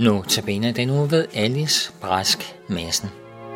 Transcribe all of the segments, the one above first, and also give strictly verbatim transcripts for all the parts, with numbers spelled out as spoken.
Notabene den uge ved Alice Brask Madsen.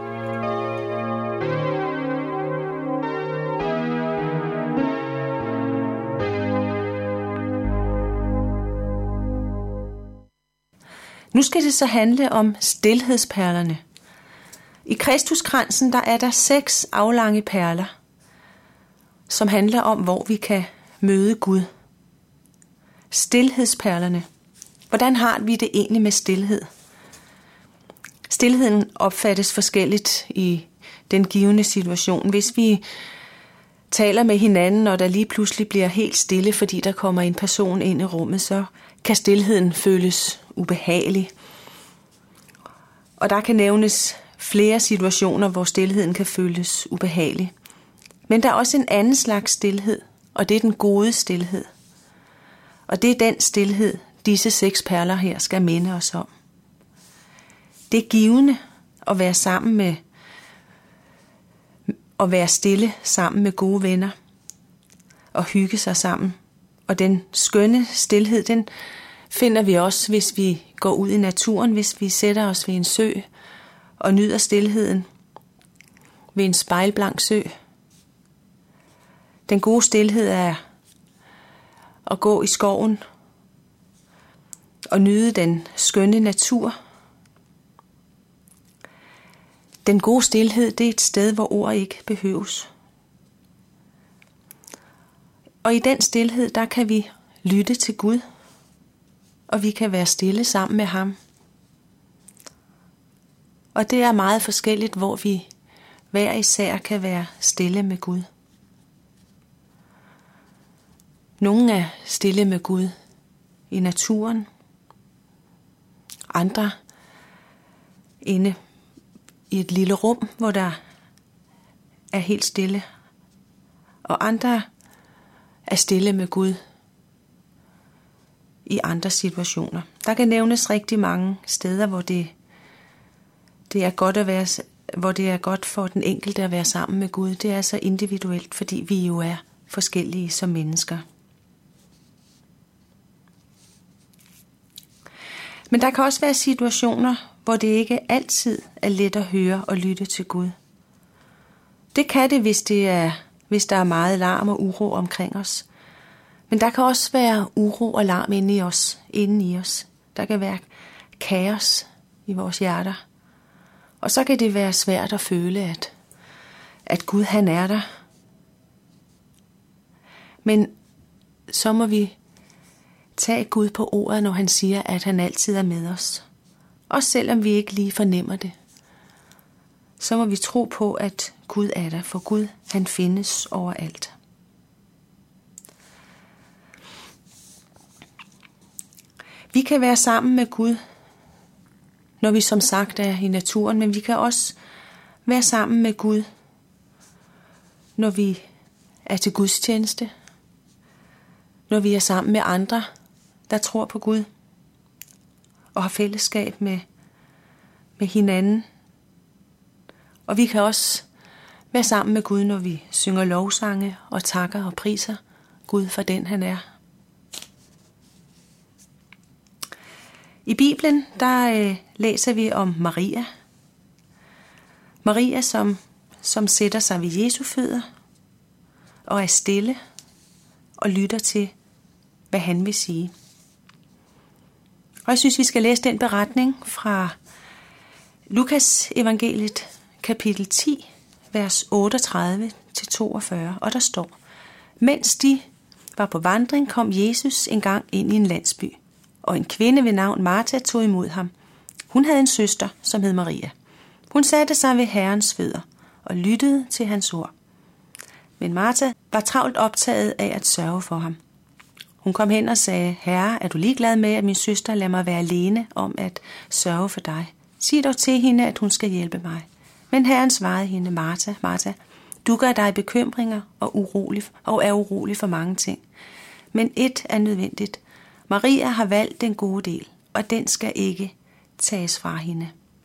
Nu skal det så handle om stilhedsperlerne. I Kristuskransen der er der seks aflange perler, som handler om, hvor vi kan møde Gud. Stilhedsperlerne. Hvordan har vi det egentlig med stilhed? Stilheden opfattes forskelligt i den givne situation. Hvis vi taler med hinanden, og der lige pludselig bliver helt stille, fordi der kommer en person ind i rummet, så kan stilheden føles ubehagelig. Og der kan nævnes flere situationer, hvor stilheden kan føles ubehagelig. Men der er også en anden slags stilhed, og det er den gode stilhed. Og det er den stilhed, disse seks perler her skal minde os om. Det er givende at være sammen med, at være stille sammen med gode venner og hygge sig sammen. Og den skønne stilhed, den finder vi også, hvis vi går ud i naturen, hvis vi sætter os ved en sø og nyder stilheden ved en spejlblank sø. Den gode stilhed er at gå i skoven og nyde den skønne natur. Den gode stilhed, det er et sted, hvor ord ikke behøves. Og i den stilhed, der kan vi lytte til Gud, og vi kan være stille sammen med ham. Og det er meget forskelligt, hvor vi hver især kan være stille med Gud. Nogle er stille med Gud i naturen, andre inde i et lille rum, hvor der er helt stille, og andre er stille med Gud i andre situationer. Der kan nævnes rigtig mange steder, hvor det, det er godt at være, hvor det er godt for den enkelte at være sammen med Gud. Det er så individuelt, fordi vi jo er forskellige som mennesker. Men der kan også være situationer, hvor det ikke altid er let at høre og lytte til Gud. Det kan det, hvis, det er, hvis der er meget larm og uro omkring os. Men der kan også være uro og larm inde i os, inde i os. Der kan være kaos i vores hjerter. Og så kan det være svært at føle, at, at Gud han er der. Men så må vi tage Gud på ordet, når han siger, at han altid er med os. Også selvom vi ikke lige fornemmer det. Så må vi tro på, at Gud er der, for Gud han findes overalt. Vi kan være sammen med Gud, når vi som sagt er i naturen, men vi kan også være sammen med Gud, når vi er til gudstjeneste, når vi er sammen med andre, der tror på Gud og har fællesskab med, med hinanden. Og vi kan også være sammen med Gud, når vi synger lovsange og takker og priser Gud for den han er. I Bibelen, der øh, læser vi om Maria. Maria, som, som sætter sig ved Jesu fødder og er stille og lytter til, hvad han vil sige. Og jeg synes, vi skal læse den beretning fra Lukas evangeliet, kapitel ti, vers otteogtredive til toogfyrre. Og der står: Mens de var på vandring, kom Jesus engang ind i en landsby, og en kvinde ved navn Martha tog imod ham. Hun havde en søster, som hed Maria. Hun satte sig ved Herrens fødder og lyttede til hans ord. Men Martha var travlt optaget af at sørge for ham. Hun kom hen og sagde: Herre, er du ligeglad med, at min søster lader mig være alene om at sørge for dig? Sig dog til hende, at hun skal hjælpe mig. Men Herren svarede hende: Martha, Martha, du gør dig bekymringer og, urolig, og er urolig for mange ting. Men ét er nødvendigt. Maria har valgt den gode del, og den skal ikke tages fra hende.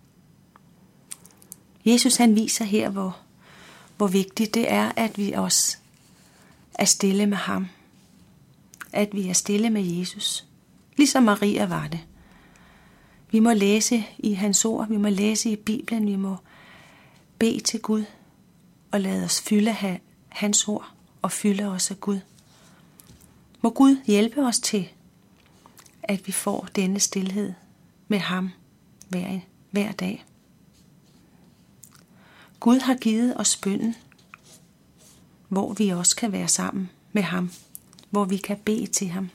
Jesus han viser her, hvor, hvor vigtigt det er, at vi også er stille med ham. At vi er stille med Jesus. Ligesom Maria var det. Vi må læse i hans ord, vi må læse i Bibelen, vi må bede til Gud og lade os fylde af hans ord og fylde os af Gud. Må Gud hjælpe os til, at vi får denne stilhed med ham hver, hver dag. Gud har givet os bønnen, hvor vi også kan være sammen med ham, hvor vi kan bede til ham.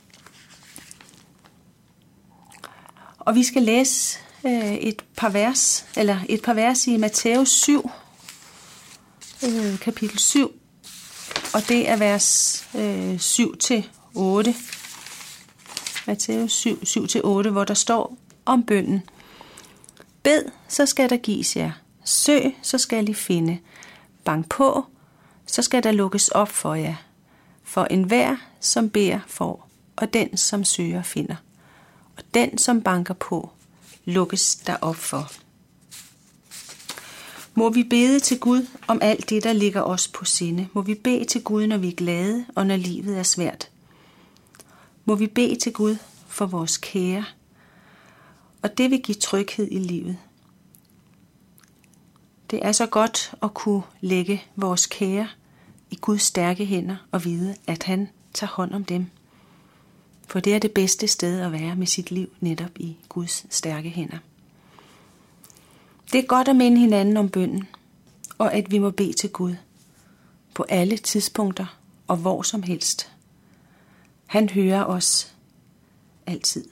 Og vi skal læse øh, et par vers, eller et par vers i Matthæus syv, øh, kapitel syv, og det er vers øh, syv til otte. Matthæus syv, syv til otte, hvor der står om bønnen. Bed, så skal der gives jer. Søg, så skal I finde. Bank på, så skal der lukkes op for jer. For enhver, som beder, får, og den, som søger, finder. Og den, som banker på, lukkes der op for. Må vi bede til Gud om alt det, der ligger os på sinde. Må vi bede til Gud, når vi er glade, og når livet er svært. Må vi bede til Gud for vores kære, og det vil give tryghed i livet. Det er så godt at kunne lægge vores kære i Guds stærke hænder og vide, at han tager hånd om dem. For det er det bedste sted at være med sit liv netop i Guds stærke hænder. Det er godt at minde hinanden om bønnen, og at vi må bede til Gud på alle tidspunkter og hvor som helst. Han hører os altid.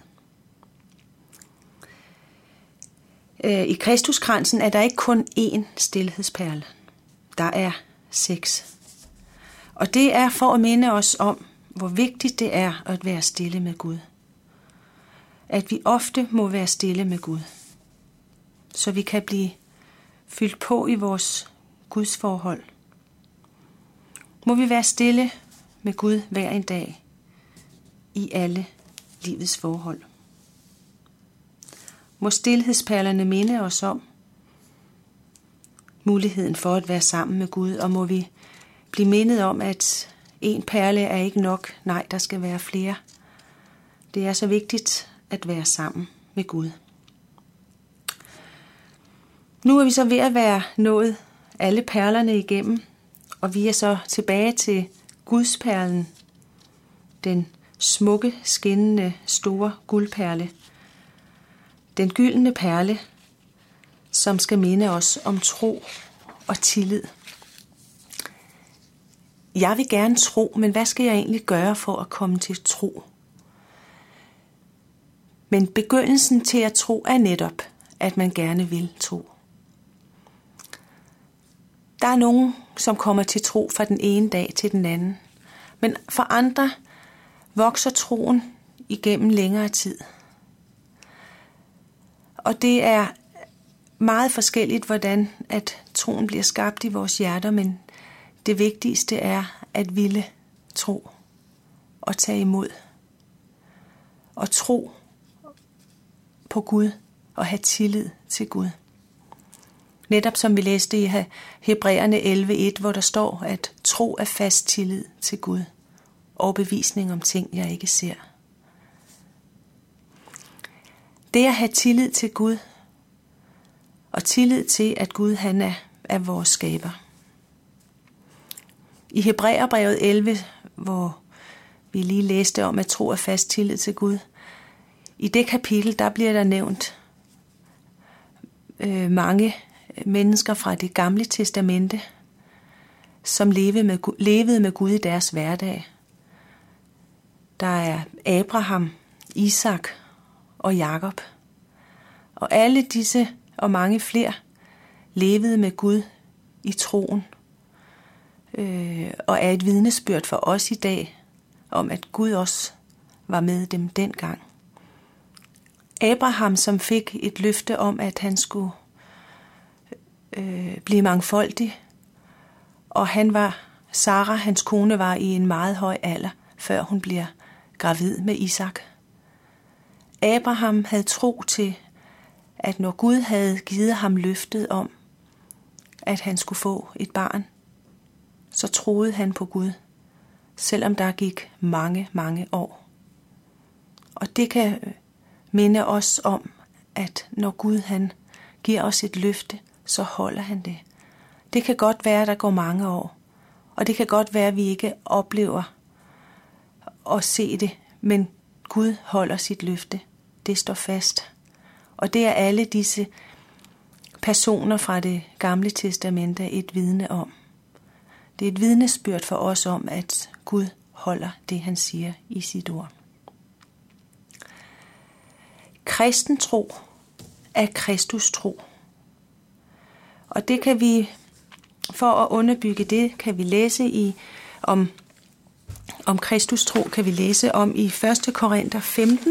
I Kristuskransen er der ikke kun én stilhedsperle. Der er seks. Og det er for at minde os om, hvor vigtigt det er at være stille med Gud. At vi ofte må være stille med Gud, så vi kan blive fyldt på i vores Guds forhold. Må vi være stille med Gud hver en dag i alle livets forhold. Må stilhedsperlerne minde os om muligheden for at være sammen med Gud, og må vi blive mindet om, at en perle er ikke nok. Nej, der skal være flere. Det er så vigtigt at være sammen med Gud. Nu er vi så ved at være nået alle perlerne igennem, og vi er så tilbage til Gudsperlen, den smukke, skinnende, store guldperle. Den gyldne perle, som skal minde os om tro og tillid. Jeg vil gerne tro, men hvad skal jeg egentlig gøre for at komme til tro? Men begyndelsen til at tro er netop, at man gerne vil tro. Der er nogen, som kommer til tro fra den ene dag til den anden, men for andre vokser troen igennem længere tid. Og det er meget forskelligt, hvordan at troen bliver skabt i vores hjerter, men det vigtigste er at ville tro og tage imod. Og tro på Gud og have tillid til Gud. Netop som vi læste i Hebræerne elleve et, hvor der står, at tro er fast tillid til Gud. Overbevisning om ting, jeg ikke ser. Det at have tillid til Gud, og tillid til, at Gud han er, er vores skaber. I Hebræerbrevet elleve, hvor vi lige læste om, at tro er fast tillid til Gud, i det kapitel, der bliver der nævnt øh, mange mennesker fra det gamle testamente, som levede med, levede med Gud i deres hverdag. Der er Abraham, Isak og Jakob. Og alle disse og mange flere levede med Gud i troen, øh, og er et vidnesbyrd for os i dag, om at Gud også var med dem dengang. Abraham, som fik et løfte om, at han skulle øh, blive mangfoldig, og han var, Sara, hans kone, var i en meget høj alder, før hun bliver gravid med Isak. Abraham havde tro til, at når Gud havde givet ham løftet om, at han skulle få et barn, så troede han på Gud, selvom der gik mange, mange år. Og det kan minde os om, at når Gud han giver os et løfte, så holder han det. Det kan godt være, at der går mange år, og det kan godt være, at vi ikke oplever at se det, men Gud holder sit løfte. Det står fast. Og det er alle disse personer fra det gamle testamente et vidne om. Det er et vidnesbyrd for os om, at Gud holder det, han siger i sit ord. Kristen tro er Kristus tro. Og det kan vi, for at underbygge det, kan vi læse i om, om Kristus tro, kan vi læse om i første Korinther femten,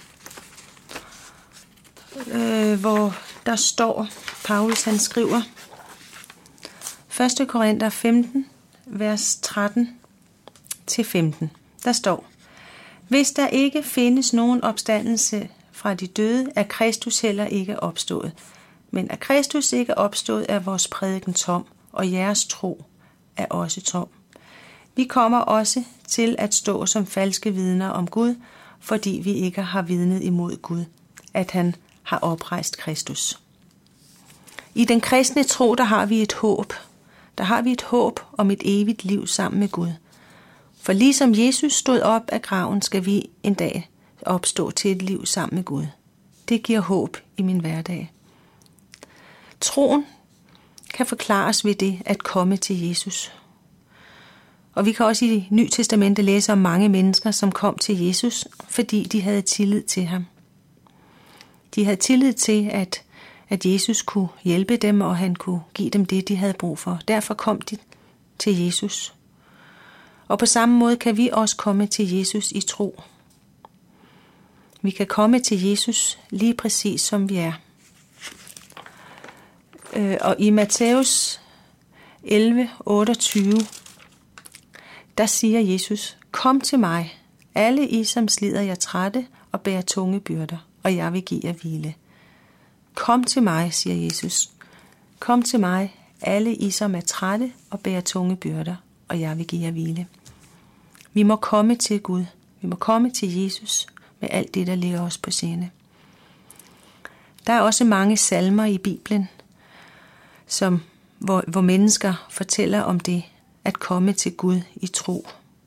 øh, hvor der står, Paulus han skriver, første Korinther femten, vers tretten til femten. Der står, hvis der ikke findes nogen opstandelse fra de døde, er Kristus heller ikke opstået. Men er Kristus ikke opstået, er vores prædiken tom, og jeres tro er også tom. Vi kommer også til at stå som falske vidner om Gud, fordi vi ikke har vidnet imod Gud, at han har oprejst Kristus. I den kristne tro, der har vi et håb. Der har vi et håb om et evigt liv sammen med Gud. For ligesom Jesus stod op af graven, skal vi en dag opstå til et liv sammen med Gud. Det giver håb i min hverdag. Troen kan forklares ved det at komme til Jesus. Og vi kan også i Det Nye Testamente læse om mange mennesker, som kom til Jesus, fordi de havde tillid til ham. De havde tillid til, at, at Jesus kunne hjælpe dem, og han kunne give dem det, de havde brug for. Derfor kom de til Jesus. Og på samme måde kan vi også komme til Jesus i tro. Vi kan komme til Jesus lige præcis som vi er. Og i Matthæus elleve otteogtyve, der siger Jesus, kom til mig, alle I, som slider jer trætte og bærer tunge byrder, og jeg vil give jer hvile. Kom til mig, siger Jesus. Kom til mig, alle I, som er trætte og bærer tunge byrder, og jeg vil give jer hvile. Vi må komme til Gud. Vi må komme til Jesus med alt det, der ligger os på sinde. Der er også mange salmer i Bibelen, som, hvor, hvor mennesker fortæller om det, at komme til Gud i tro.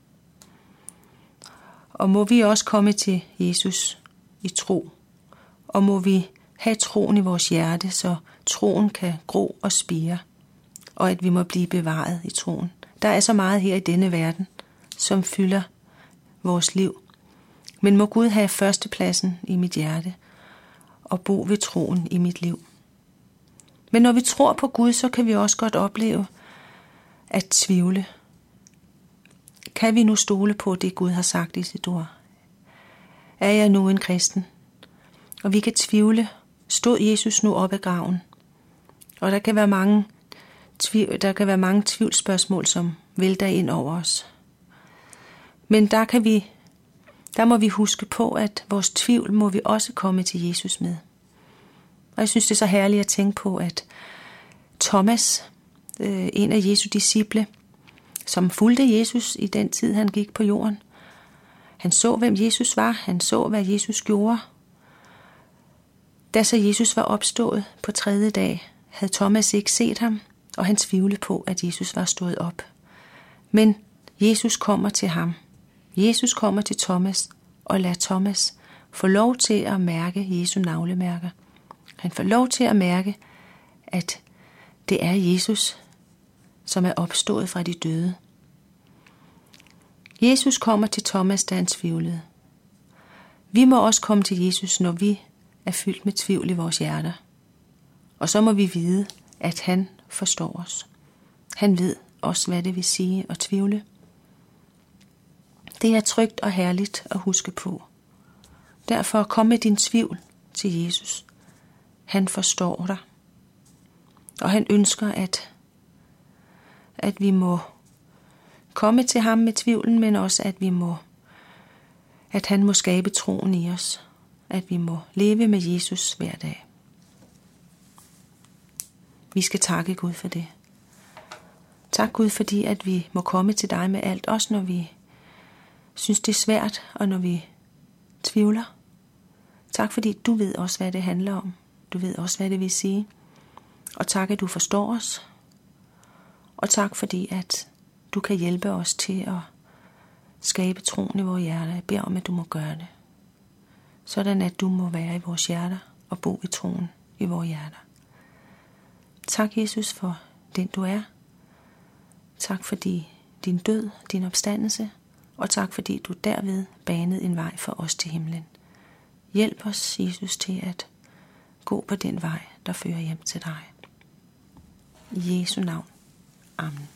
Og må vi også komme til Jesus i tro. Og må vi have troen i vores hjerte, så troen kan gro og spire, og at vi må blive bevaret i troen. Der er så meget her i denne verden, som fylder vores liv. Men må Gud have førstepladsen i mit hjerte, og bo ved troen i mit liv. Men når vi tror på Gud, så kan vi også godt opleve at tvivle. Kan vi nu stole på det, Gud har sagt i sit ord? Er jeg nu en kristen? Og vi kan tvivle. Stod Jesus nu op af graven? Og der kan være mange, tvivl, der kan være mange tvivlsspørgsmål, som vælter ind over os. Men der kan vi, der må vi huske på, at vores tvivl må vi også komme til Jesus med. Og jeg synes, det er så herligt at tænke på, at Thomas, øh, en af Jesu disciple, som fulgte Jesus i den tid, han gik på jorden, han så, hvem Jesus var, han så, hvad Jesus gjorde. Da så Jesus var opstået på tredje dag, havde Thomas ikke set ham, og han tvivlede på, at Jesus var stået op. Men Jesus kommer til ham. Jesus kommer til Thomas, og lader Thomas få lov til at mærke Jesu navlemærker. Han får lov til at mærke, at det er Jesus, som er opstået fra de døde. Jesus kommer til Thomas, da han tvivlede. Vi må også komme til Jesus, når vi er fyldt med tvivl i vores hjerter. Og så må vi vide, at han forstår os. Han ved også, hvad det vil sige at tvivle. Det er trygt og herligt at huske på. Derfor kom med din tvivl til Jesus. Han forstår dig. Og han ønsker, at, at vi må komme til ham med tvivlen, men også at vi må, at han må skabe troen i os. At vi må leve med Jesus hver dag. Vi skal takke Gud for det. Tak Gud, fordi at vi må komme til dig med alt, også når vi synes det er svært, og når vi tvivler. Tak fordi du ved også, hvad det handler om. Du ved også, hvad det vil sige. Og tak, at du forstår os. Og tak fordi, at du kan hjælpe os til at skabe troen i vores hjerter. Jeg beder om, at du må gøre det. Sådan at du må være i vores hjerter og bo i troen i vores hjerter. Tak, Jesus, for den du er. Tak fordi din død, din opstandelse, og tak fordi du derved banede en vej for os til himlen. Hjælp os, Jesus, til at gå på den vej, der fører hjem til dig. I Jesu navn. Amen.